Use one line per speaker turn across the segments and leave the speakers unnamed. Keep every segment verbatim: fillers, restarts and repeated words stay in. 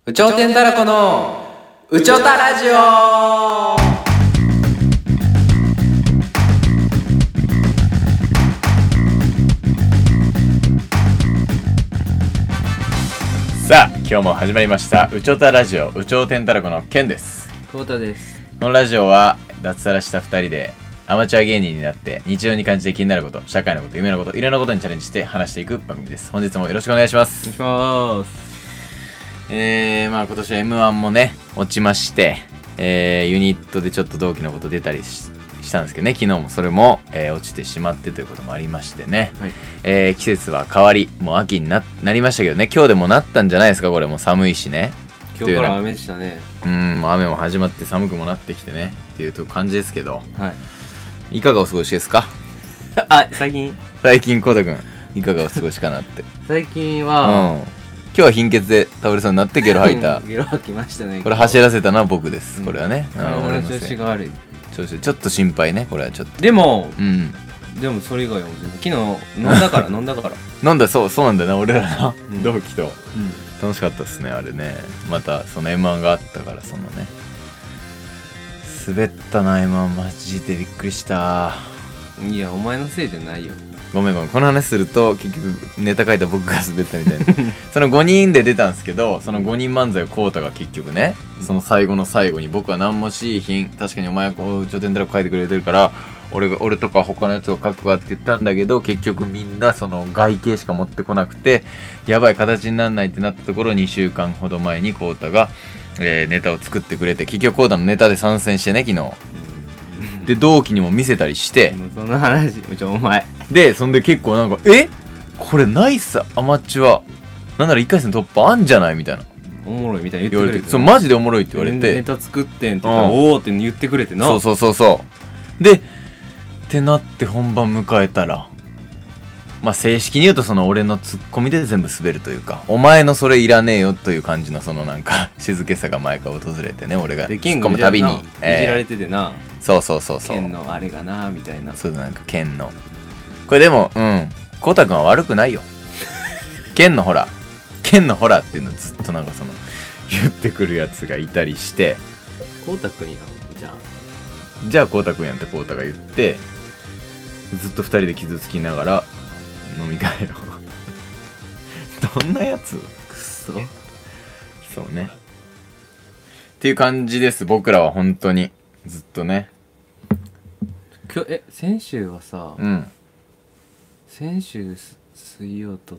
有頂天たらこの有頂たラジオ。
さあ今日も始まりました有頂たラジオ。有頂天たらこのケンです。
久保田です。
このラジオは脱サラしたふたりでアマチュア芸人になって日常に感じて気になること、社会のこと、夢のこと、いろんなことにチャレンジして話していく番組です。本日もよろしくお願いします。
お願いします。
えー、まあ今年は エムワン もね落ちまして、えー、ユニットでちょっと同期のこと出たり し, したんですけどね、昨日もそれも、えー、落ちてしまってということもありましてね、はい、えー、季節は変わり、もう秋に な, なりましたけどね、今日でもなったんじゃないですか。これも寒いしね、
今日から雨でしたね。
うん、もう雨も始まって寒くもなってきてねっていう感じですけど、
はい、
いかがお過ごしですか？
あ、最近
最近コウタくんいかがお過ごしかなって
最近は、うん
今日は貧血で倒れそうになってゲロ吐いた
ゲロ吐きましたね。
これ走らせたのは僕です、うん、これはね、
俺の調子が悪い。
調子ちょっと心配ね、これはちょっと。
でも、
うん、
でもそれ以外は昨日飲んだから飲んだから
飲んだ。そうそうなんだよな、俺らの、うん、同期と、
うん、
楽しかったっすねあれね。またその エムワン があったから、そのね滑ったな エムワン マジでびっくりした。
いやお前のせいじゃないよ。
ごめんごめん、この話すると結局ネタ書いた僕が滑ったみたいなそのごにんで出たんですけど、そのごにん漫才をコウタが結局ね、その最後の最後に僕は何もしいひん、確かにお前はこう頂点だら書いてくれてるから俺が俺とか他のやつを書くわって言ったんだけど、結局みんなその外形しか持ってこなくてやばい形にならないってなったところ、にしゅうかんほど前にコウタが、えー、ネタを作ってくれて、結局コウタのネタで参戦してね昨日で同期にも見せたりして、
その話ちょお前
でそんで結構なんかえこれナイスアマチュアなんならいっかい戦突破あんじゃないみたいな、
おもろいみたいな言ってくれて、
そうマジでおもろいって言われて、
ネタ作ってんって言ったら、うん、おーって言ってくれてな。
そうそうそうそうでってなって本番迎えたら、まあ正式に言うとその俺のツッコミで全部滑るというか、お前のそれいらねえよという感じのそのなんか静けさが前から訪れてね、俺がツッコむたびにいじ
られててな、
えー、そうそうそうそう、
剣のあれがなみたいな、
そうなんか剣のこれでもうんコウタくんは悪くないよ剣のほら剣のほらっていうのずっとなんかその言ってくるやつがいたりして、
コウタくんやんじゃあ
じゃあコウタくんやんってコウタが言って、ずっと二人で傷つきながら飲み会をどんなやつ
くそ
そうねっていう感じです。僕らは本当にずっとね。
今日え先週はさ、
うん、
先週水曜撮って、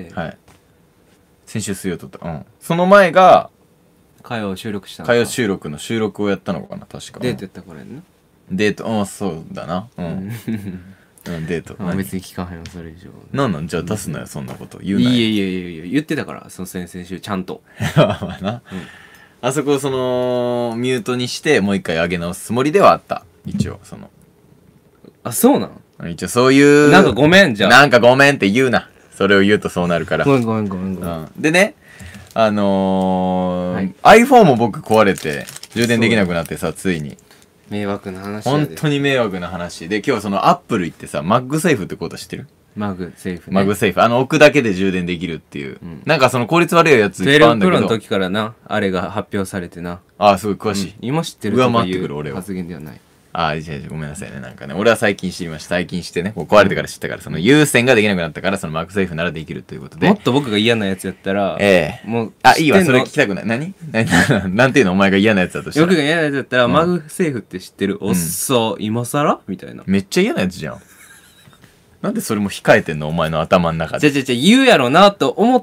はい、先週水曜撮った。うん、その前が
火曜収録したの
か。火曜収録の収録をやったのかな確か。
デートやったからやんな。
デート、うんそうだな。うんうんデート。
あ別に聞かへんよそれ以上。
なんなんじゃあ出すなよそんなこと言うなよ。
いやいやいやいや言ってたからその先々週ちゃんと
まあな、うん、あそこそのミュートにしてもう一回上げ直すつもりではあった一応その。
あそうなの。
一応そういう
なんかごめんじゃあ
なんかごめんって言うな、それを言うとそうなるから。
ごめんごめんごめんごめん、
うん、でねあのーはい、iPhone も僕壊れて充電できなくなってさ、ついに
迷惑な話
やで。本当に迷惑な話で、今日そのアップル行ってさ、マグセーフってこと知ってる？
マグセーフ、ね、
マグセーフ、あの置くだけで充電できるっていう、うん、なんかその効率悪いやついっぱいあるんだけど、じゅうにプロの
時からなあれが発表されてな。
ああすごい詳しい、うん、
今知ってるとかいう発言ではない。
ああ、いやいやごめんなさいね。なんかね、俺は最近知りました。最近してね、こう壊れてから知ったから、その有線ができなくなったから、そのマグセーフならできるということで。
もっと僕が嫌なやつやったら、
ええー、もう、あ、いいわ、それ聞きたくない。何なんていうのお前が嫌なやつだとしたら。
僕が嫌なやつだったら、うん、マグセーフって知ってる？おっそ、今更みたいな。
めっちゃ嫌なやつじゃん。なんでそれも控えてんのお前の頭の中で。
じゃじゃじゃ言うやろなと思って、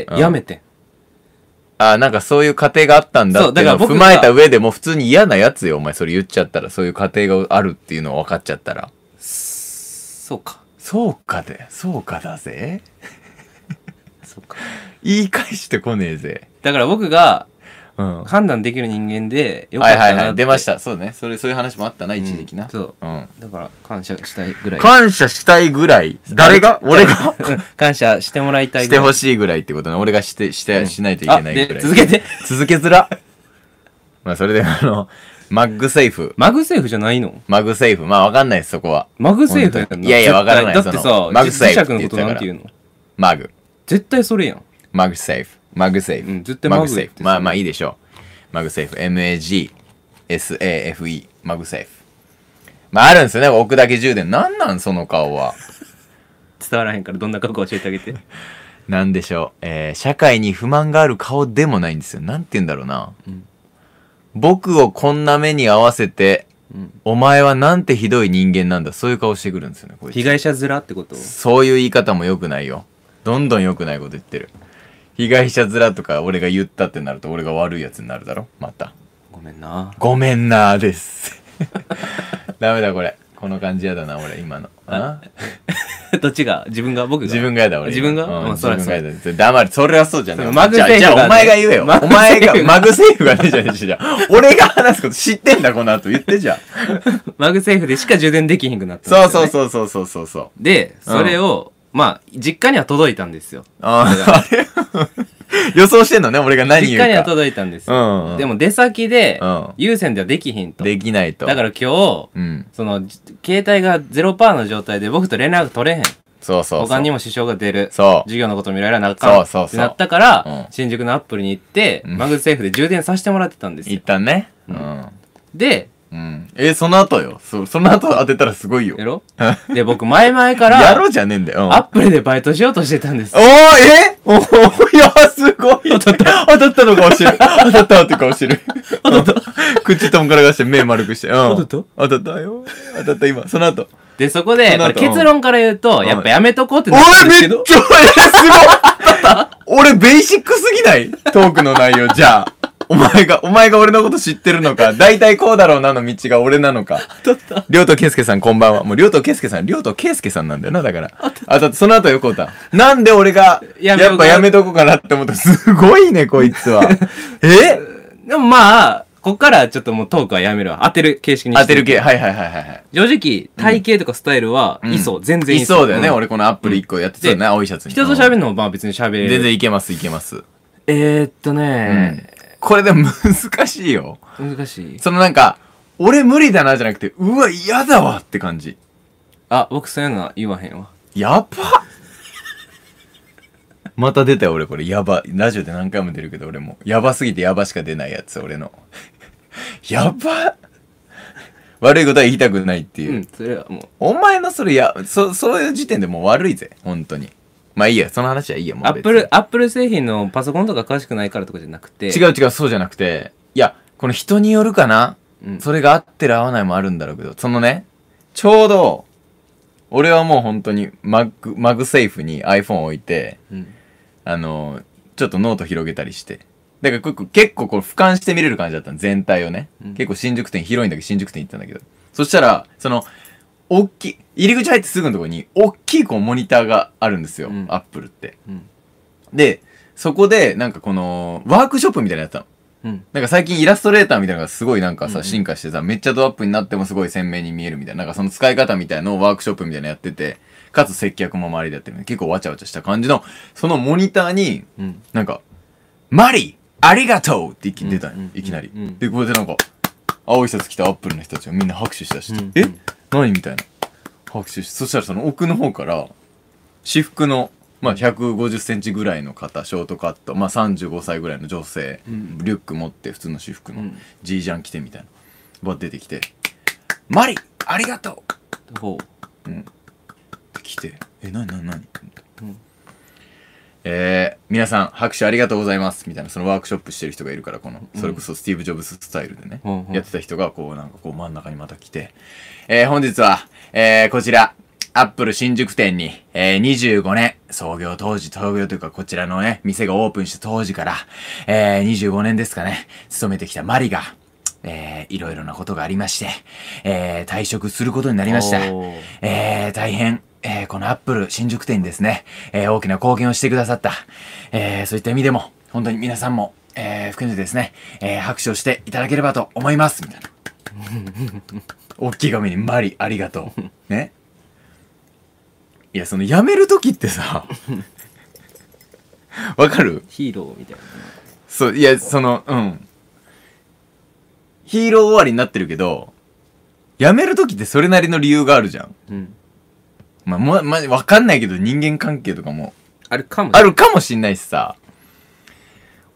やめてん。
あ、なんかそういう過程があったんだっていうのを踏まえた上でも普通に嫌なやつよお前それ言っちゃったら、そういう過程があるっていうのを分かっちゃったら。
そうか
そうかでそうかだぜ
そうか
言い返してこねえぜ。
だから僕が
うん、
判断できる人間でよかったなって。
はいはいはい出ました。そうね、それそういう話もあったな、一時期な、
うん、そう、うん、だから感謝したいぐらい。
感謝したいぐらい。誰が？俺が
感謝してもらいたいぐらい。
してほしいぐらいってことね。俺がしてして、うん、しないといけないぐらい。
で続けて
続けづらまあそれであのマッグセーフ
マグセーフじゃないの？
マグセーフまあわかんないですそこは。
マグセーフやったの？
いやいやわからない。
だってさ
マグセーフ
磁石のことなんて言うの？
マグ
絶対それやん。
マグセーフマグセーフ。
うん、ずっとマグ
セーフ。まあまあいいでしょう。マグセーフ。エムエージーエスエーエフイー。マグセーフ。まああるんですよね。置くだけ充電。なんなんその顔は。
伝わらへんからどんな顔か教えてあげて。
なんでしょう。えー、社会に不満がある顔でもないんですよ。なんて言うんだろうな。うん、僕をこんな目に合わせて、うん、お前はなんてひどい人間なんだ。そういう顔してくるんですよね。こいつ
被害者面ってこと？
そういう言い方も良くないよ。どんどん良くないこと言ってる。被害者面とか俺が言ったってなると俺が悪いやつになるだろ。また。
ごめんな。
ごめんなーです。ダメだこれ。この感じやだな俺今の。あ
どっちが自分が僕が
自分がやだ俺。
自分が、
うん、
まあ、それは
自分がやだ。黙れ。それはそうじゃない。
マグセーフが、ね、
じゃあ、じゃあお前が言えよ。お前が、マグセーフがねじゃねえじゃん。俺が話すこと知ってんだこの後言ってじゃん。
マグセーフでしか充電できひんくなったん
ですよ、ね。そうそうそうそうそうそう。
で、それを、うん、まあ、実家には届いたんですよ。
ああれ予想してんのね、俺が何言うか。
実家には届いたんですよ。うんうん、でも出先で、有線ではできひんと。
できないと。
だから今日、うん、その、携帯が ゼロパーセント の状態で僕と連絡取れへん。
そうそうそう。
他にも支障が出る。
そう。
授業のこともいろいろなあかん。
そうそうそう。
ってなったから、うん、新宿のアップルに行って、うん、マグセーフで充電させてもらってたんですよ。
一旦ね。
うん。で、
うん、え、その後よ。そ、その後当てたらすごいよ。
やろで、僕、前々から、
やろうじゃねえんだよ。うん、
アップルでバイトしようとしてたんです。
おー、えおー、いや、すごい。当たった。当たったの顔してる。当たったって顔してる。当たった。口とんからがして目丸くして。うん。
当たった
当たったよ。当たった今。その後。
で、そこで、これ結論から言うと、やっぱやめとこうって
なったんですけど。おい、めっちゃ、すごい。俺、ベーシックすぎないトークの内容、じゃあ。お前が、お前が俺のこと知ってるのか、大体こうだろうなの道が俺なのか。りょうとけいすけさんこんばんは。もうりょうとけいすけさん、りょうとけいすけさんなんだよな、だから。あと、その後よ、こうた。なんで俺が、やっぱやめとこうかなって思った。すごいね、こいつは。え
でもまあ、こっからちょっともうトークはやめるわ。当てる形式にして。
当てる系。はいはいはいはい。
正直、体型とかスタイルは、いそう。全然
いそう。いそうだよね。俺このアップルいっこやってたよね、青いシャツに。
人と喋るのもまあ別に喋る。
全然いけますいけます。
えーっとね
これでも難しいよ。
難しい。
そのなんか、俺無理だなじゃなくて、うわ、嫌だわって感じ。
あ、僕そういうのは言わへんわ。
やばまた出たよ、俺これ。やば。ラジオで何回も出るけど、俺も。やばすぎてやばしか出ないやつ、俺の。やば悪いことは言いたくないっていう。
うん、それはもう。
お前のそれや、そ、そういう時点でもう悪いぜ、本当に。まあいいや、その話はいいや、もう。
アップル、アップル製品のパソコンとか詳しくないからとかじゃなくて。
違う違う、そうじゃなくて。いや、この人によるかな、うん、それが合ってる合わないもあるんだろうけど、そのね、ちょうど、俺はもう本当にマグ、マグセーフに iPhone 置いて、うん、あの、ちょっとノート広げたりして。だから結構こう俯瞰して見れる感じだったの、全体をね。うん、結構新宿店、広いんだけど新宿店行ったんだけど。そしたら、その、大きい、入り口入ってすぐのところに、大きいこうモニターがあるんですよ、うん、アップルって、うん。で、そこで、なんかこの、ワークショップみたいなやつだったの。うん、なんか最近イラストレーターみたいなのがすごいなんかさ、うんうん、進化してさ、めっちゃドアップになってもすごい鮮明に見えるみたいな、なんかその使い方みたいのをワークショップみたいなのやってて、かつ接客も周りでやってる結構わちゃわちゃした感じの、そのモニターに、うん、なんか、マリありがとうって一気に出たの、うんうん、いきなり、うんうん。で、これでなんか、青いシャツ着たアップルの人たちがみんな拍手しだして、うんうん、え何みたいな。拍手して、そしたらその奥の方から、私服の、まあひゃくごじゅっセンチぐらいの方、ショートカット、まあさんじゅうごさいぐらいの女性、うん、リュック持って普通の私服の、うん、ジージャン着てみたいな。バッ出てきて、マリありがとうほう。うん。来て、え、なになになにうんえー、皆さん拍手ありがとうございますみたいな、そのワークショップしてる人がいるから、このそれこそスティーブ・ジョブズスタイルでね、うん、やってた人がこうなんかこう真ん中にまた来て、えー、本日は、えー、こちらアップル新宿店に、えー、にじゅうごねん創業当時創業というかこちらのね店がオープンした当時から、えー、にじゅうごねんですかね勤めてきたマリが、えー、いろいろなことがありまして、えー、退職することになりました。えー、大変えー、このアップル新宿店にですね、えー、大きな貢献をしてくださった、えー、そういった意味でも、本当に皆さんも、えー、含めてですね、えー、拍手をしていただければと思います、みたいな。大きい画面にマリ、ありがとう。ね。いや、その、辞めるときってさ、わかる？
ヒーローみたいな。
そう、いや、その、うん。ヒーロー終わりになってるけど、辞めるときってそれなりの理由があるじゃん。うん。まあ、も、まあ、わかんないけど人間関係とかも
あるかも
あるかもしんないしさ。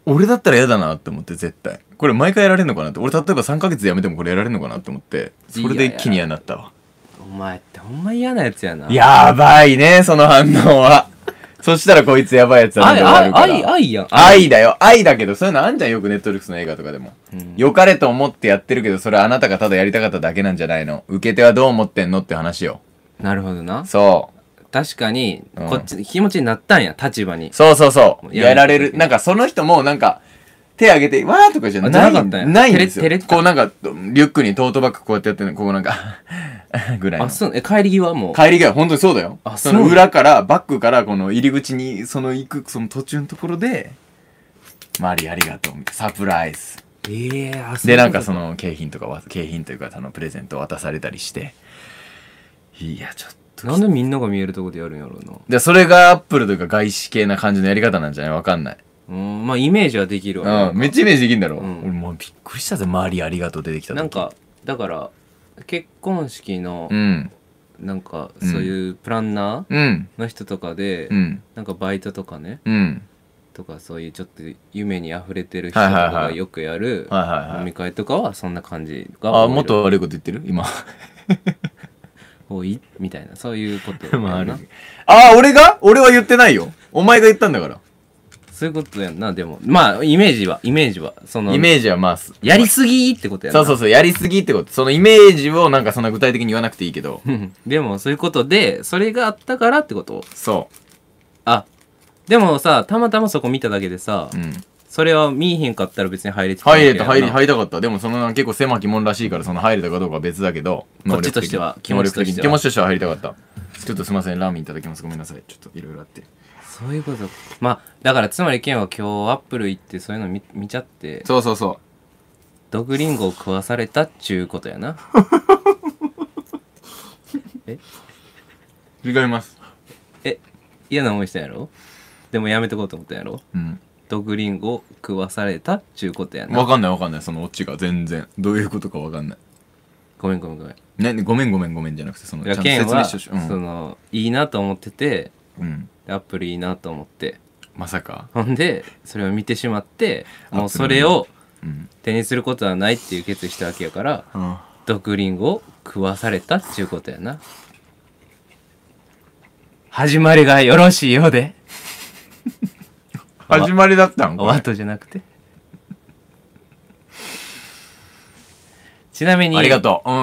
俺だったら嫌だなって思って絶対これ毎回やられるのかなって俺例えばさんかげつやめてもこれやられるのかなって思ってそれで一気に嫌になったわ。
お前ってほんま嫌なやつやな。
やばいねその反応はそしたらこいつやばいやつだなって思うから。
愛愛やん。
愛だよ愛だけどそういうのあんじゃんよくネットフリックスの映画とかでも、うん、良かれと思ってやってるけどそれはあなたがただやりたかっただけなんじゃないの受け手はどう思ってんのって話よ。
なるほどな。
そう
確かに、うん、こっち気持ちになったんや立場に。
そうそうそうやられるなんかその人もなんか手挙げてわーとかじゃない
なかったんや。
ないんですよ。こうなんかリュックにトートバッグこうやってやってるのここなんかぐらいの。
あそうえ帰り際も
帰り際本当にそうだよ。あその裏からバッグからこの入り口にその行くその途中のところでマリありがとうみたいなサプライズ。
ええー、あそう
でなんかその景品とかは景品というかそのプレゼントを渡されたりしていやちょっと
なんでみんなが見えるとこでやるんやろうな。
でそれがアップルというか外資系な感じのやり方なんじゃないわかんない。
うんまあイメージはできる
わ。うんめっちゃイメージできるんだろう、
うん、
俺もうびっくりしたぜマリありがとう出てきた時。
なんかだから結婚式の、
うん、
なんかそういうプランナーの人とかで、
うん、
なんかバイトとかね、
うん、
とかそういうちょっと夢にあふれてる人とかがよくやる飲み会とかはそんな感じが多い。
あもっと悪いこと言ってる今
多いみたいなそういうこと
まあある。あ俺が俺は言ってないよお前が言ったんだから。
そういうことやんな。でもまあイメージはイメージはその
イメージはまあ
やりすぎってことやな。
そうそうそうやりすぎってこと。そのイメージをなんかそんな具体的に言わなくていいけど
でもそういうことでそれがあったからってこと。
そう
あでもさたまたまそこ見ただけでさ、うん、それは見えへんかったら別に入れて
た入れた入り入りたかった。でもその結構狭きもんらしいからその入れたかどうかは別だけど
こっちとしては
気持ちとしては気持ちとしては入りたかった。ちょっとすいませんラーメンいただきますごめんなさいちょっといろいろあって。
そういうことまあだからつまりケンは今日アップル行ってそういうの 見, 見ちゃって
そうそうそう
毒リンゴを食わされたっちゅうことやなえ
違います。
え嫌な思いしたんやろ。でもやめとこうと思ったんやろ。
うん
毒リンゴを食わされたっちゅうことやな。
わかんないわかんないそのオチが全然どういうことかわかんない。
ごめんごめんごめん
ねごめんごめんごめんじゃなくてそのちゃんと
説明
してほしい、うん、
そのいいなと思ってて、
うん、
アップルいいなと思って
まさか
ほんでそれを見てしまってもうそれを手にすることはないっていう決意したわけやから、うん、毒リンゴを食わされたっちゅうことやな。始まりがよろしいようで
始まりだったん
お後じゃなくてちなみに
ありがとう、うん、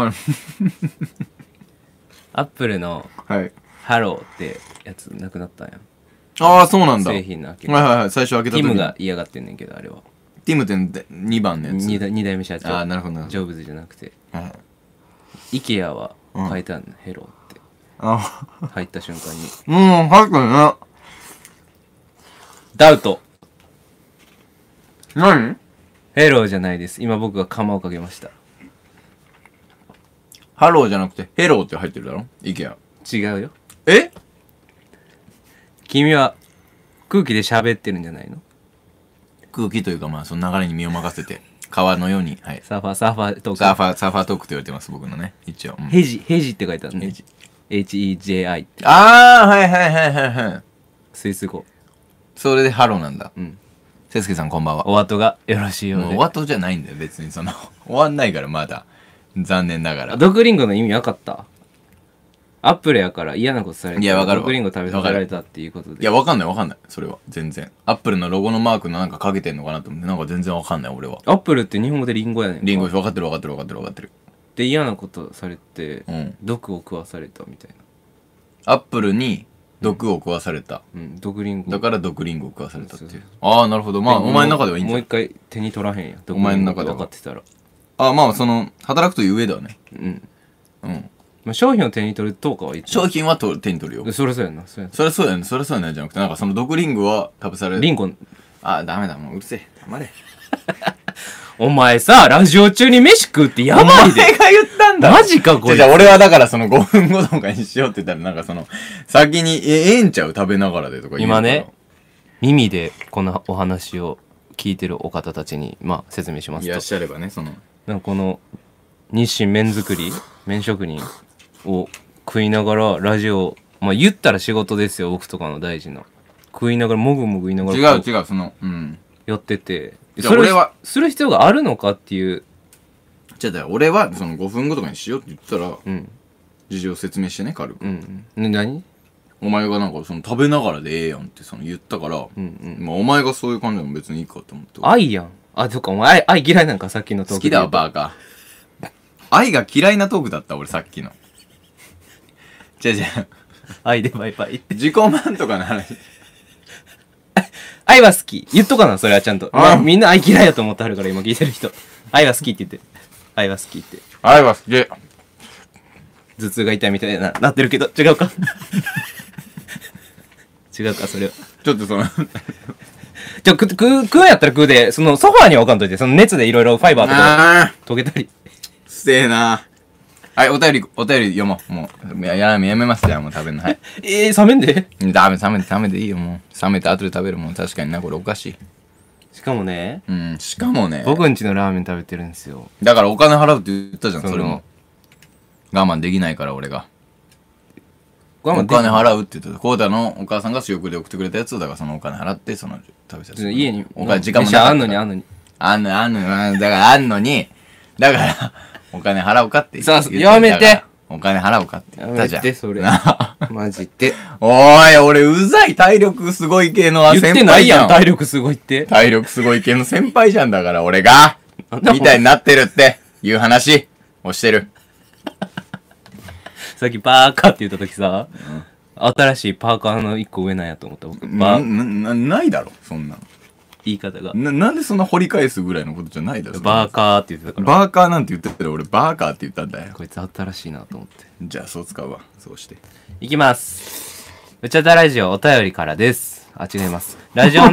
アップルのハローってやつなくなったんや。
ああそうなんだ。
製品の開け
はいはいはい最初開けた時
ティムが嫌がってんねんけどあれは
ティムってにばんのやつ
2, 2代目社長。
ああなるほど
ジョブズじゃなくて、
はい、
イケアは書いてあるの、うん、ヘローって
あ
入った瞬間に
うん入ったね。
ダウト
何
ヘローじゃないです。今僕が釜をかけました。
ハローじゃなくてヘローって入ってるだろイケア。
違うよ。
え
君は空気で喋ってるんじゃないの。
空気というかまあその流れに身を任せて川のように、はい、
サーファーサーファートーク
サーファーサーファートークって言われてます僕のね一応、うん、
ヘジヘジって書いてあるね。ヘジ エイチイージェーアイ って
ああはいはいはいはいはい
スイス語。
それでハローなんだ。
うん
せつけさんこんばんは。
お後がよろしいようで。
もうお後じゃないんだよ別にその終わんないからまだ残念ながら。
毒リンゴの意味分かった。アップルやから嫌なことされて
いや分かる
毒リンゴ食べさせられたっていうことで。
いや分かんない分かんないそれは全然。アップルのロゴのマークのなんかかけてんのかなと思ってなんか全然分かんない俺は。
アップルって日本語でリンゴやねんか。
リンゴ分かってる分かってる分かってる分かってる。
で嫌なことされて、
うん、
毒を食わされたみたいな。
アップルに毒を食わされた、
うん、毒リンゴ
だから毒リンゴを食わされたっていう。ああなるほどまあお前の中ではいいんじゃん。
もう一回手に取らへんや
お前の中で
分かってたら。
ああまあその働くという上ではね。
うん
うん
まあ、商品を手に取るとかは言って
商品はと手に取るよ。
そりゃそうやんな。そり
ゃそうやねそりゃそうやねじゃなくてなんかその毒リンゴは食べされる
リンゴ
あダメだもううるせえ黙れ
お前さラジオ中に飯食うってやばいで。お
前が言ったんだ
マジかこれ。
じゃあ俺はだからそのごふんごとかにしようって言ったらなんかその先にえええんちゃう食べながらでとか言う
今ね耳でこのお話を聞いてるお方たちにまあ説明しますと
いらっしゃればねその
なんかこの日清麺作り麺職人を食いながらラジオまあ言ったら仕事ですよ僕とかの大事な食いながらもぐもぐ言いながら
違う違うそのうん
やってて、
じゃあ俺は
する必要があるのかっていう。
じゃあだよ俺はそのごふんごとかにしようって言ったら、
うん、
事情を説明してね軽く、
うん、ね、何
お前がなんかその食べながらでええやんってその言ったから、
うんうん、
まあ、お前がそういう感じでも別にいいかって思って
愛やん。あ、そっか、お前愛嫌いなんか、さっきのトーク
好きだわバーカ愛が嫌いなトークだった俺さっきの違う違う
愛でバイバイって
自己満とかの話
愛は好き言っとかなそれはちゃんと、まあ、みんな愛嫌いやと思ってはるから今聞いてる人愛は好きって言って愛は好きって
愛は好き
頭痛が痛いみたいななってるけど違うか違うかそれは
ちょっとその
ちょ食食う食うんやったら食うでそのソファーには置かんといてその熱でいろいろファイバーとか溶けたり
せえなはいお便りお便り読もうもうややめやめますじゃあもう食べるのはい
えー、冷めんで
ダメ冷めて冷めていいよもう冷めて後で食べるもん確かになこれおかしい
しかもね
うんしかもね
僕んちのラーメン食べてるんですよ
だからお金払うって言ったじゃんそ
その
れも我慢できないから俺が
お
お金払うって言ってたコウタのお母さんが仕送りで送ってくれたやつをだからそのお金払ってその食べさせて
家に
お金時間もなかった
あんのにあんのに
あんのあんのにだからあんのにだからお金払うかって言
さあ
って
やめて
お金払うかって言ったじゃん
やめてそれマジで
おーい俺うざい体力すごい系の
言って
先
ない
輩じゃん
やん体力すごいって
体力すごい系の先輩じゃんだから俺がみたいになってるっていう話をしてる
さっきバーカーって言った時さ、うん、新しいパーカーの一個上なんやと思った僕バー
ななないだろそんなの
言い方が
ななんでそんな掘り返すぐらいのことじゃないだろ
バーカーって言ってたから
バーカーなんて言ってたら俺バーカーって言ったんだよ
こいつ新しいなと思って
じゃあそう使うわそうして
いきますうちゃたラジオお便りからですあ違いますラジオ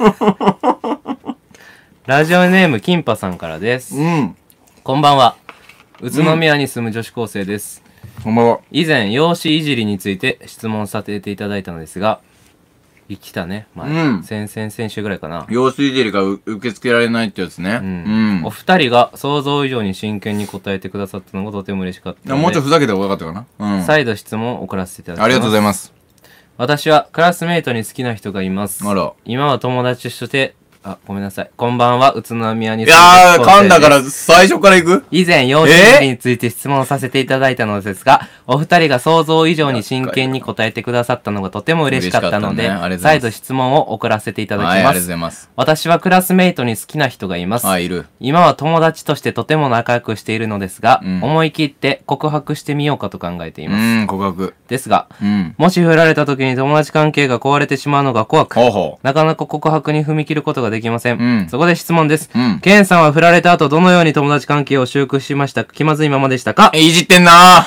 ラジオネームキンパさんからです
うん
こんばんは宇都宮に住む女子高生です、
うん、こんばんは
以前容姿いじりについて質問させていただいたのですが生きたね前、うん、先々先週ぐらいかな
容姿いじりが受け付けられないってやつね、
うんうん、お二人が想像以上に真剣に答えてくださったのがとても嬉しかったので
もうちょいふざけてもよかったかな、うん、
再度質問を送らせていただきます
ありがとうございます
私はクラスメイトに好きな人がいます
あら
今は友達としてあ、ごめんなさい。こんばんは、宇都宮に住んで
いやー、噛んだから最初から行く
以前、容姿について質問させていただいたのですが、お二人が想像以上に真剣に答えてくださったのがとても嬉しかったので、ね、再度質問を送らせていただきます。はい、ありがとうございます。私はクラスメイトに好きな人がいます。
あ、いる。
今は友達としてとても仲良くしているのですが、うん、思い切って告白してみようかと考えています。
うん、告白。
ですが、
うん、
もし振られた時に友達関係が壊れてしまうのが怖く、
ほうほう
なかなか告白に踏み切ることができません。
うん
そこで質問です。
うん。
ケンさんは振られた後どのように友達関係を修復しましたか？気まずいままでしたか？
いじってんな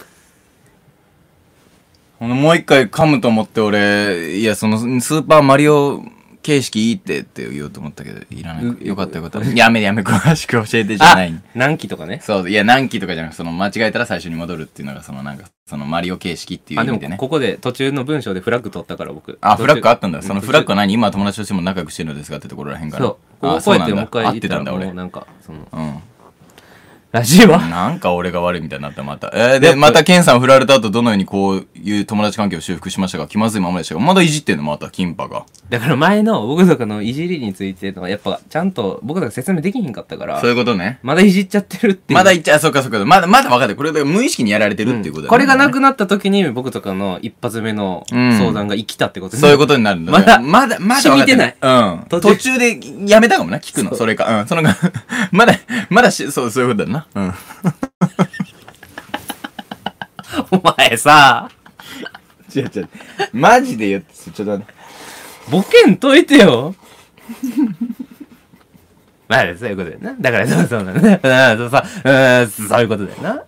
ぁ。もう一回噛むと思って俺、いや、そのスーパーマリオ形式いいってって言おうと思ったけど、いらない。よかったよかった。やめやめ、詳しく教えてじゃない。
何期とかね。
そう、いや、何期とかじゃなくて、その間違えたら最初に戻るっていうのが、そのなんか、そのマリオ形式っていう意味でね。
あ、でもここで途中の文章でフラッグ取ったから僕。
あ、フラッグあったんだ。そのフラッグは何今は友達としても仲良くしてるのですかってところらへんから。
そう。こうやってもう一回言ったらもうなんか、その、
うん。
らしいわ。
なんか俺が悪いみたいになったまた。えー、で、またケンさん振られた後どのようにこういう友達関係を修復しましたか気まずいままでしたが、まだいじってんのまた、キンパが。
だから前の僕とかのいじりについてとか、やっぱちゃんと僕とか説明できひんかったから。
そういうことね。
まだいじっちゃってるっていう。
まだいっちゃ、そうかそうか。まだ、まだ分かってる。これで無意識にやられてるっていうことだね、
うん。これがなくなった時に僕とかの一発目の相談が生きたってこと
ね、うん、そういうことになるんだ。
まだ、
まだ、まだ
染みてない。
うん。途中途中でやめたかもな、聞くの。そ, それか。うん。そのが、まだ、まだし、そう、そういうことだな。うん。
お前さ
違う違うマジで言ってちょっと待って
ボケんといてよまあそういうことだよなだからそうそうなんだそうそうそういうことだよな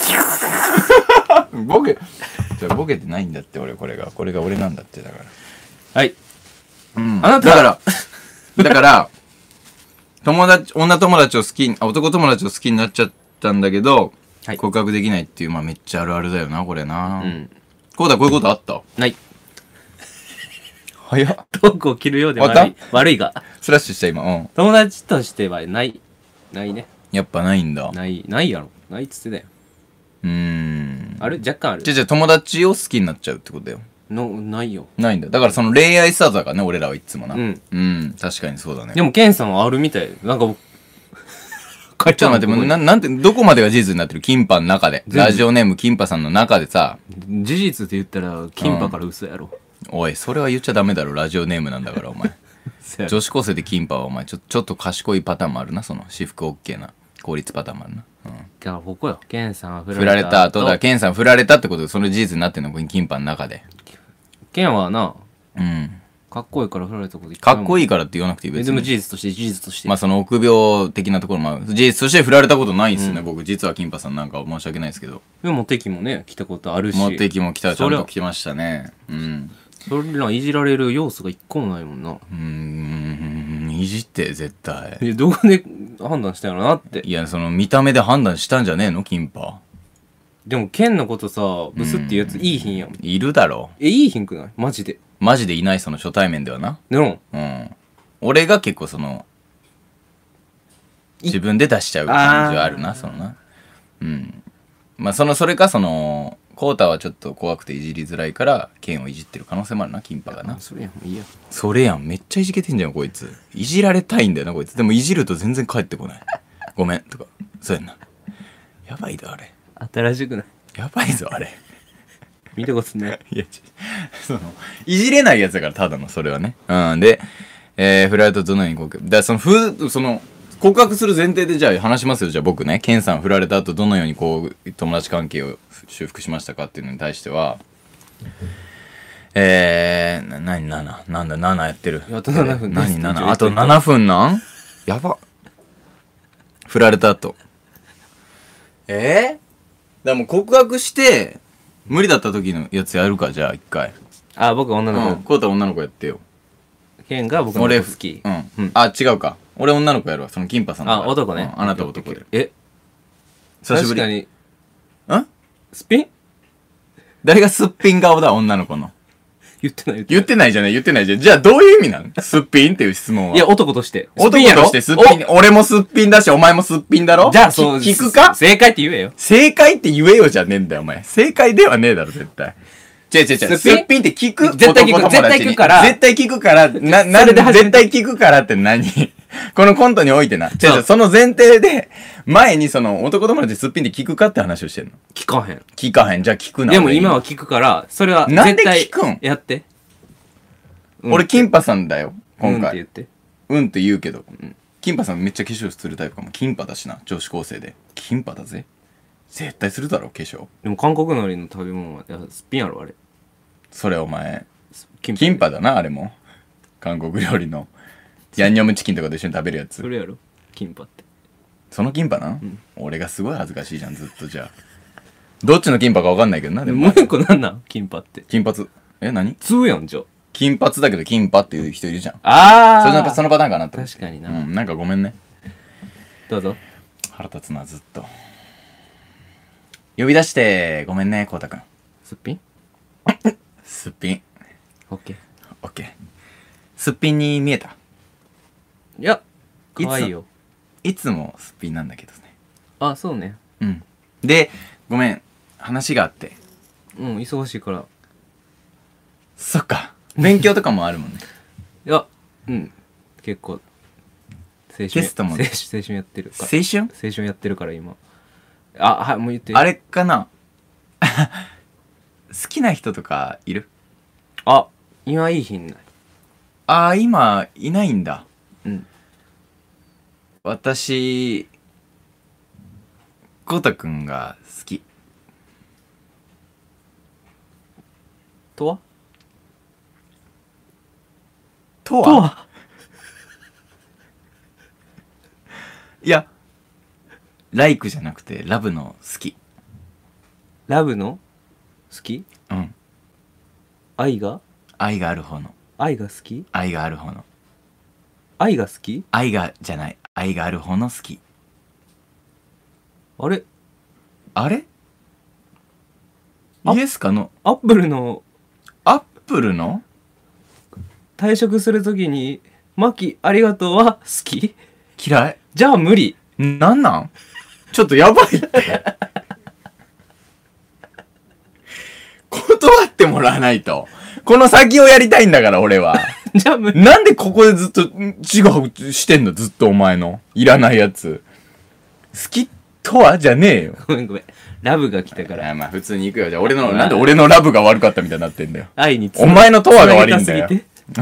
ボケじゃボケてないんだって俺これがこれが俺なんだってだから
はい
うんあなただからだから友達女友達を好き男友達を好きになっちゃったんだけどはい、告白できないっていう、まあめっちゃあるあるだよな、これな。うん。こうだ、こういうことあった
ない。
早っ。
トークを切るようで悪い。悪いが。
スラッシュした今、うん。
友達としてはない。ないね。
やっぱないんだ。
ない、ないやろ。ないっつってたよ。
うーん。
ある若干ある。
じゃじゃ友達を好きになっちゃうってことだよ。
のないよ。
ないんだ。だからその恋愛スタートだからね、俺らはいつもな。
うん。
うん。確かにそうだね。
でもケンさんはあるみたい。なんか僕
ちょっと待って、もうな、なんて、どこまでが事実になってる？キンパの中で。ラジオネームキンパさんの中でさ。
事実って言ったら、キンパから嘘やろ。
うん、おい、それは言っちゃダメだろ。ラジオネームなんだから、お前。女子高生でキンパはお前、ちょ、ちょっと賢いパターンもあるな。その、私服 OK な。効率パターンもあるな。うん。
だからここよ。ケンさんは
振られた。振られた後だ。ケンさん振られたってことで、その事実になってんの、キンパの中で。
ケンはな、
うん。
かっこいいから振られたこと
かっこいいからって言わなくていい別に。
でも事実として事実として。
まあその臆病的なところもある。事実として振られたことないんですよね、うん、僕。実はキンパさんなんか申し訳ないですけど。
でもモテキもね、来たことあるし。
モテキも来た、ちゃんと来てましたね。うん。
それらいじられる要素が一個もないもんな。う
ーん、いじって絶対。
え、どこで判断したんやろなって。
いや、その見た目で判断したんじゃねえのキンパ。
でもケンのことさ、ブスっていうやついいひんやん。
いるだろ。
え、いいひんくないマジで。
マジでいない、その初対面ではな。
でも
うん。俺が結構その、自分で出しちゃう感じはあるな、そのな。うん。まあ、その、それかその、コータはちょっと怖くていじりづらいから、ケンをいじってる可能性もあるな、キンパがな。
それやん、いいや。
それやん、めっちゃいじけてんじゃん、こいつ。いじられたいんだよな、こいつ。でもいじると全然帰ってこない。ごめん、とか。そうやんな。やばいだ、あれ。
新しくない。
やばいぞ、あれ。
見たことない。
いや、ちその、いじれないやつだから、ただの、それはね。うん。で、えー、振られたとどのように告白。だからその、ふ、その、告白する前提でじゃあ話しますよ。じゃあ僕ね、ケンさん振られた後どのようにこう、友達関係を修復しましたかっていうのに対しては、えー、な、なに、なな、なんだ、ななやってる。
あとななふん。
何、なな、あとななふんなんやば。振られた後。えー、だからもう告白して、無理だった時のやつやるか、じゃあ一回。
あ、僕女の子。
うん、コウタ女の子やってよ。
ケンが僕のこと好き。
うん。うん。あ、違うか。俺女の子やるわ。そのキンパさんの。
あ、男ね。
うん、あなた男で。
え
久しぶり。
確かに。
ん
すっぴん
誰がすっぴん顔だ、女の子の。
言ってない、
言ってないじゃない、言ってないじゃん。じゃあどういう意味なのすっぴんっていう質問は。
いや、男として。
男としてすっぴん。俺もすっぴんだし、お前もすっぴんだろ。
じゃあそう、
聞くか
正解って言えよ。
正解って言えよじゃねえんだよ、お前。正解ではねえだろ、絶対。違う違う違う。すっぴんって聞く
絶対聞く、絶対聞くから。
絶対聞くから、な、なんで絶対聞くからって何このコントにおいてな。違う違う、その前提で、前にその男友達すっぴんで聞くかって話をしてんの。
聞かへん。
聞かへん。じゃあ聞くな。
でも今は聞くから、それは
なんで聞くん
やって。
俺、キンパさんだよ、今回。
うんって言って。
うんって言うけど。キンパさんめっちゃ化粧するタイプかも。キンパだしな、女子高生で。キンパだぜ。絶対するだろ、化粧。
でも韓国海苔の食べ物は、すっぴんやろ、あれ。
それお前、キンパ、キンパだな、あれも。韓国料理の。ヤンニョムチキンとかと一緒に食べるやつ。
それやろ、キンパって。
そのキンパな、うん、俺がすごい恥ずかしいじゃん、ずっとじゃあ。どっちのキンパか分かんないけどな、
でも。もう一個なんなんキンパって。
金髪。え、何
通やん、じゃあ。
金髪だけどキンパっていう人いるじゃん。
ああ。
それなんかそのパターンかなって。
確かにな。
うん、なんかごめんね。
どうぞ。
腹立つな、ずっと。呼び出して、ごめんね、こうたくん。
すっぴん
すっぴん。
オッケー。
オッケー。すっぴんに見えた？
いや、かわいいよ。
いつもすっぴんなんだけどね。
あ、そうね。
うん。で、ごめん、話があって。
うん、忙しいから。
そっか。勉強とかもあるもんね。
いや、うん。結構、青春。
テストも。
青春、青春やってるから。
青春？
青春やってるから今。あ、はい、もう言って。
あれかな好きな人とかいる？
あ、今いい日にない。
ああ、今いないんだ。
うん。
私、コウタくんが好き。
とは
とは
とはい
や、ライクじゃなくてラブの好き。
ラブの好き？
うん。
愛が
愛がある方の。
愛が好き？
愛がある方の。
愛が好き？
愛がじゃない。愛がある方の好き。
あれ
あれイエスかの
アップルの
アップルの
退職するときにマキありがとうは好き？
嫌い。
じゃあ無理。
なんなんちょっとやばいって断ってもらわないと。 この先をやりたいんだから、俺は。
じゃあ無理。
なんでここでずっと違うしてんのずっとお前の。いらないやつ。好きとはじゃねえよ。
ごめんごめん。ラブが来たから。
あまあ普通に行くよ。じゃあ俺の、なんで俺のラブが悪かったみたいになってんだよ。
愛につ
お前のとはが悪いんだよ。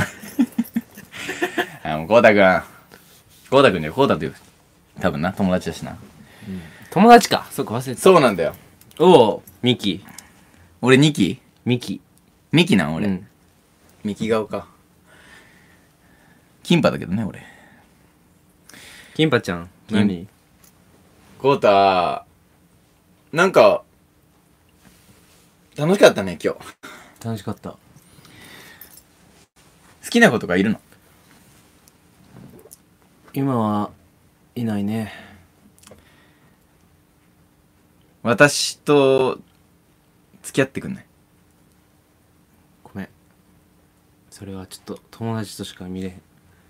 あ、もう、こうたくん。こうたくんだよ、こうたっていう。多分な、友達だしな。
うん、友達か。そうか、忘れてた。
そうなんだよ。
おう、ミキ。
俺にき
ミキ。
ミキなん俺。
うん、
ミキ顔か。キンパだけどね、俺。
キンパちゃん。何？
こうた、なんか、楽しかったね、今日。
楽しかった。
好きな子とかいるの？
今はいないね。
私と付き合ってくんない？
ごめん。それはちょっと友達としか見れへん。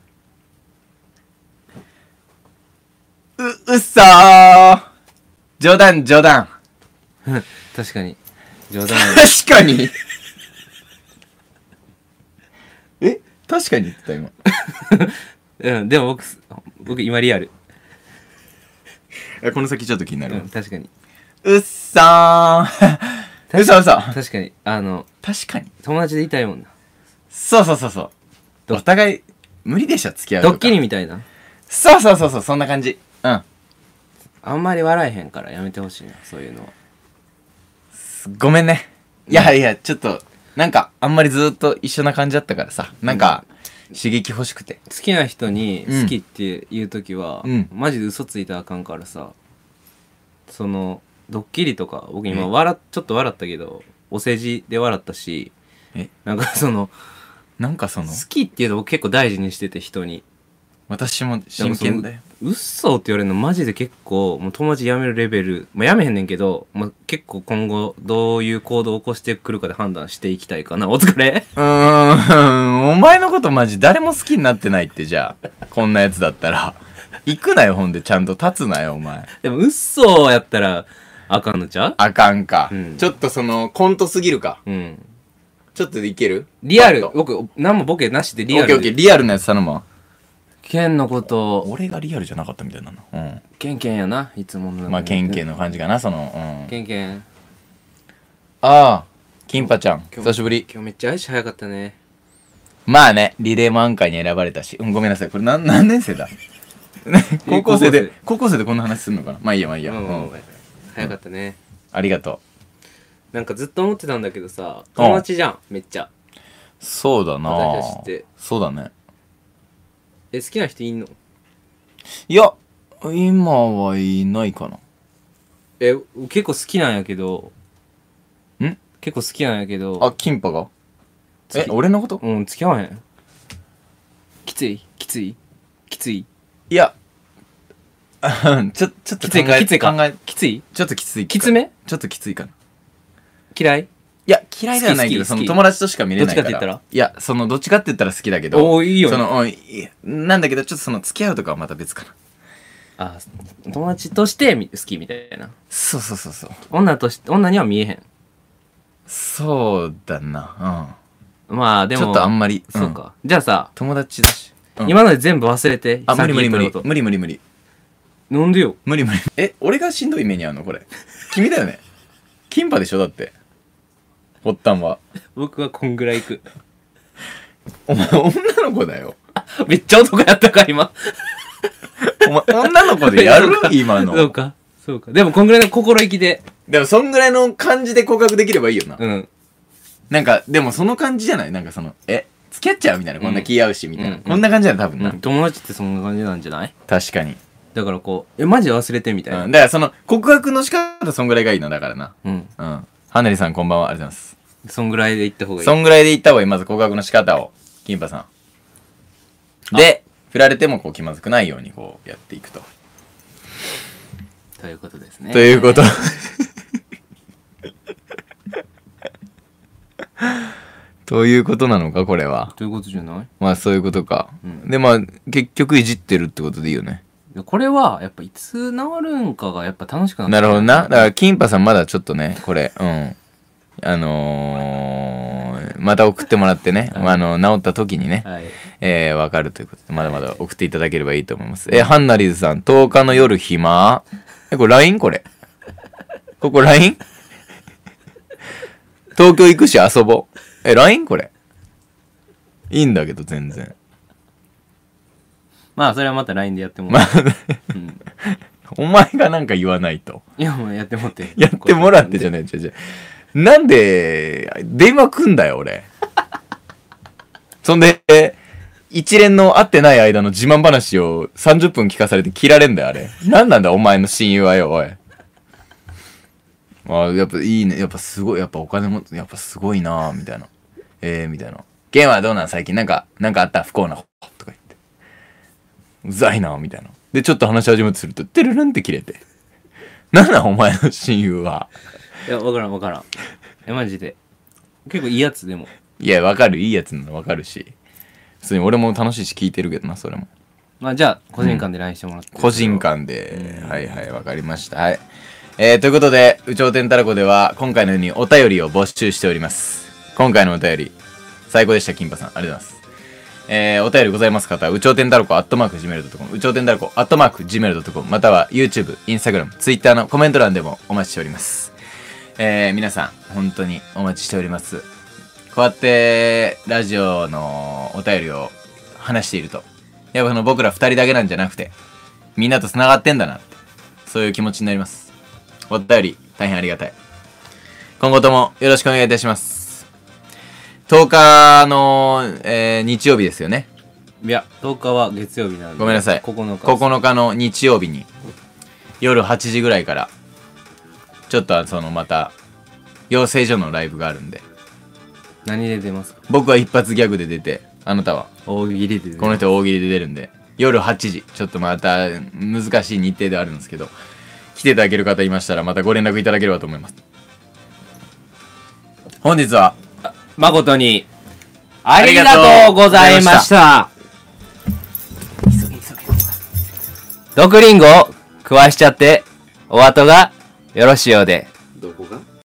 う、うっそー冗談冗談
確かに。冗談
確かにえ確かにって言った今
うん、でも僕、僕今リアル。
この先ちょっと気になる。
うん、確かに。
うっそーうそうそう
確かに。あの、
確かに。
友達でいたいもんな。
そうそうそうそう。お互い、無理でしょ、付き合うとか。
ドッキリみたいな。
そうそうそうそう、そんな感じ。うん。
あんまり笑えへんからやめてほしいな、そういうのは。
ごめんね。いやいや、ちょっと、なんか、あんまりずっと一緒な感じだったからさ。なんか、刺激欲しくて。
好きな人に好きって言うときは、
うん、
マジで嘘ついたらあかんからさ、そのドッキリとか僕今笑っちょっと笑ったけどお世辞で笑ったし、
え
なんかその
なんかその
好きっていうのを結構大事にしてて人に。
私も真剣だよ。
嘘って言われるのマジで結構もう友達辞めるレベル、まあ、辞めへんねんけど、まあ、結構今後どういう行動を起こしてくるかで判断していきたいかな。お疲れ。
うーんお前のことマジ誰も好きになってないって。じゃあこんなやつだったら行くなよ。ほんでちゃんと立つなよお前。
でも嘘やったらあかんのちゃう？
あかんか、
うん、
ちょっとそのコントすぎるか。
うん、
ちょっとでいける？
リアル。僕何もボケなしでリアルで。
オッケーオッケー、リアルなやつ頼むわ。
ケンのこと
俺がリアルじゃなかったみたいなの。うん。
ケンケンやな、いつもの。
まあケンケンの感じかな、その。うん。
ケンケン。
ああ、キンパちゃん、久しぶり。
今日めっちゃ愛し早かったね。
まあね、リレーもアンカーに選ばれたし。うん、ごめんなさい。これ何何年生だ高校生で、高校生でこんな話するのかな。まあいいやまあいいや。うん。
早かったね。
ありがと
う。なんかずっと思ってたんだけどさ、友達じゃん、めっちゃ。
そうだな。
私たちって。
そうだね。
え、好きな人いんの？
いや、今はいないかな。
え、結構好きなんやけど。
ん？
結構好きなんやけど。
あ、キンパが？え、俺のこと？
うん、付き合わへん。きついきついきつい
いや、ちょ、ちょっと
きついか、きついか。きつい？
ちょっときつい。
きつめ？
ちょっときついかな。
嫌い？
いや、嫌いではないけど、その友達としか見れないから。どっちかって言ったら？いや、その、どっちかって言ったら好きだけど。
おー、いいよね。
その、なんだけど、ちょっとその、付き合うとかはまた別かな。
あ、友達として好きみたいな。
そうそうそうそう。
女として、女には見えへん。
そうだな。
うん。まあ、でも。
ちょっとあんまり。
そうか。じゃあさ。
友達だし。
今ので全部忘れて。
あ、無理無理無理。無理無理無理。
なんでよ。
無理無理。え、俺がしんどい目に遭うのこれ。君だよね。キンパでしょだって。発端は。
僕はこんぐらいいく。
お前女の子だよ。
めっちゃ男やったか今。
お前女の子でやる今の。
そうかそうか。でもこんぐらいの心意気で。
でもそんぐらいの感じで告白できればいいよな。
うん。
なんかでもその感じじゃない？なんかそのえ付き合っちゃうみたいな、こんな気合うしみたいな、うん、こんな感じだよ多分な、
うん、友達ってそんな感じなんじゃない？
確かに。
だからこうえマジで忘れてみたいな、
うん、だからその告白の仕方そんぐらいがいいのだからな。
うん
うんはなりさんこんばんは、ありがとうございます。
そんぐらいで言った方がいい。
そんぐらいで言った方がいい。まず告白の仕方をキンパさんで振られてもこう気まずくないようにこうやっていくと
ということですね。
ということということなのかこれは。
ということじゃない？
まあそういうことか、うん、でまあ結局いじってるってことでいいよね。
これはやっぱいつ治るんかがやっぱ楽しくなって
なるほどな。だからキンパさんまだちょっとねこれうんあのー、 また送ってもらってね、
はい、
あの治った時にね、はい、えー、分かるということでまだまだ送っていただければいいと思います。えー、ハンナリーズさんとおかの夜暇。えこれ ライン これここ ライン 東京行くし遊ぼう。え ライン これいいんだけど全然。
まあそれはまた ライン でやってもらって、まあうん、
お前がなんか言わないと。
いやもうやってもらって
やってもらってじゃないじゃじゃなんで電話くんだよ俺そんで一連の会ってない間の自慢話をさんじゅっぷん聞かされて切られんだよあれ。なんなんだお前の親友はよおい。あやっぱいいね、やっぱすごい、やっぱお金もやっぱすごいなみたいな。えーみたいな。ゲンはどうなん最近なんかなんかあった不幸なとか言ってうざいなみたいな。でちょっと話し始めとするとテルルンって切れてなんなんお前の親友は。
いや分からん分からん。えマジで結構いいやつでも。
いや分かるいいやつなの分かるし普通に俺も楽しいし聞いてるけどなそれも。
まあじゃあ個人間で ライン してもらって、
うん、個人間で、うん、はいはい分かりました。はいえー、ということで有頂天たらこでは今回のようにお便りを募集しております。今回のお便り最高でした金パさんありがとうございます。えー、お便りございます方は、うちょうてんたらこ、アットマーク、ジメールドットコム、うちょうてんたらこ、アットマーク、ジメールドットコム、または YouTube、Instagram、Twitter のコメント欄でもお待ちしております。えー、皆さん、本当にお待ちしております。こうやって、ラジオのお便りを話していると、やっぱその僕ら二人だけなんじゃなくて、みんなと繋がってんだなって、そういう気持ちになります。お便り、大変ありがたい。今後ともよろしくお願いいたします。とおかの、えー、日曜日ですよね。
いやとおかは月曜日なんで
ごめんなさい
ここのか
ここのかの日曜日に夜はちじぐらいからちょっとそのまた養成所のライブがあるんで。
何で出ますか？
僕は一発ギャグで出てあなたは
大喜利で出る。
この人大喜利で出るんで夜はちじちょっとまた難しい日程ではあるんですけど来ていただける方いましたらまたご連絡いただければと思います。本日は
誠にありがとうございました。急げ急げ。毒リンゴを食わしちゃってお後がよろしいようで。
どこが？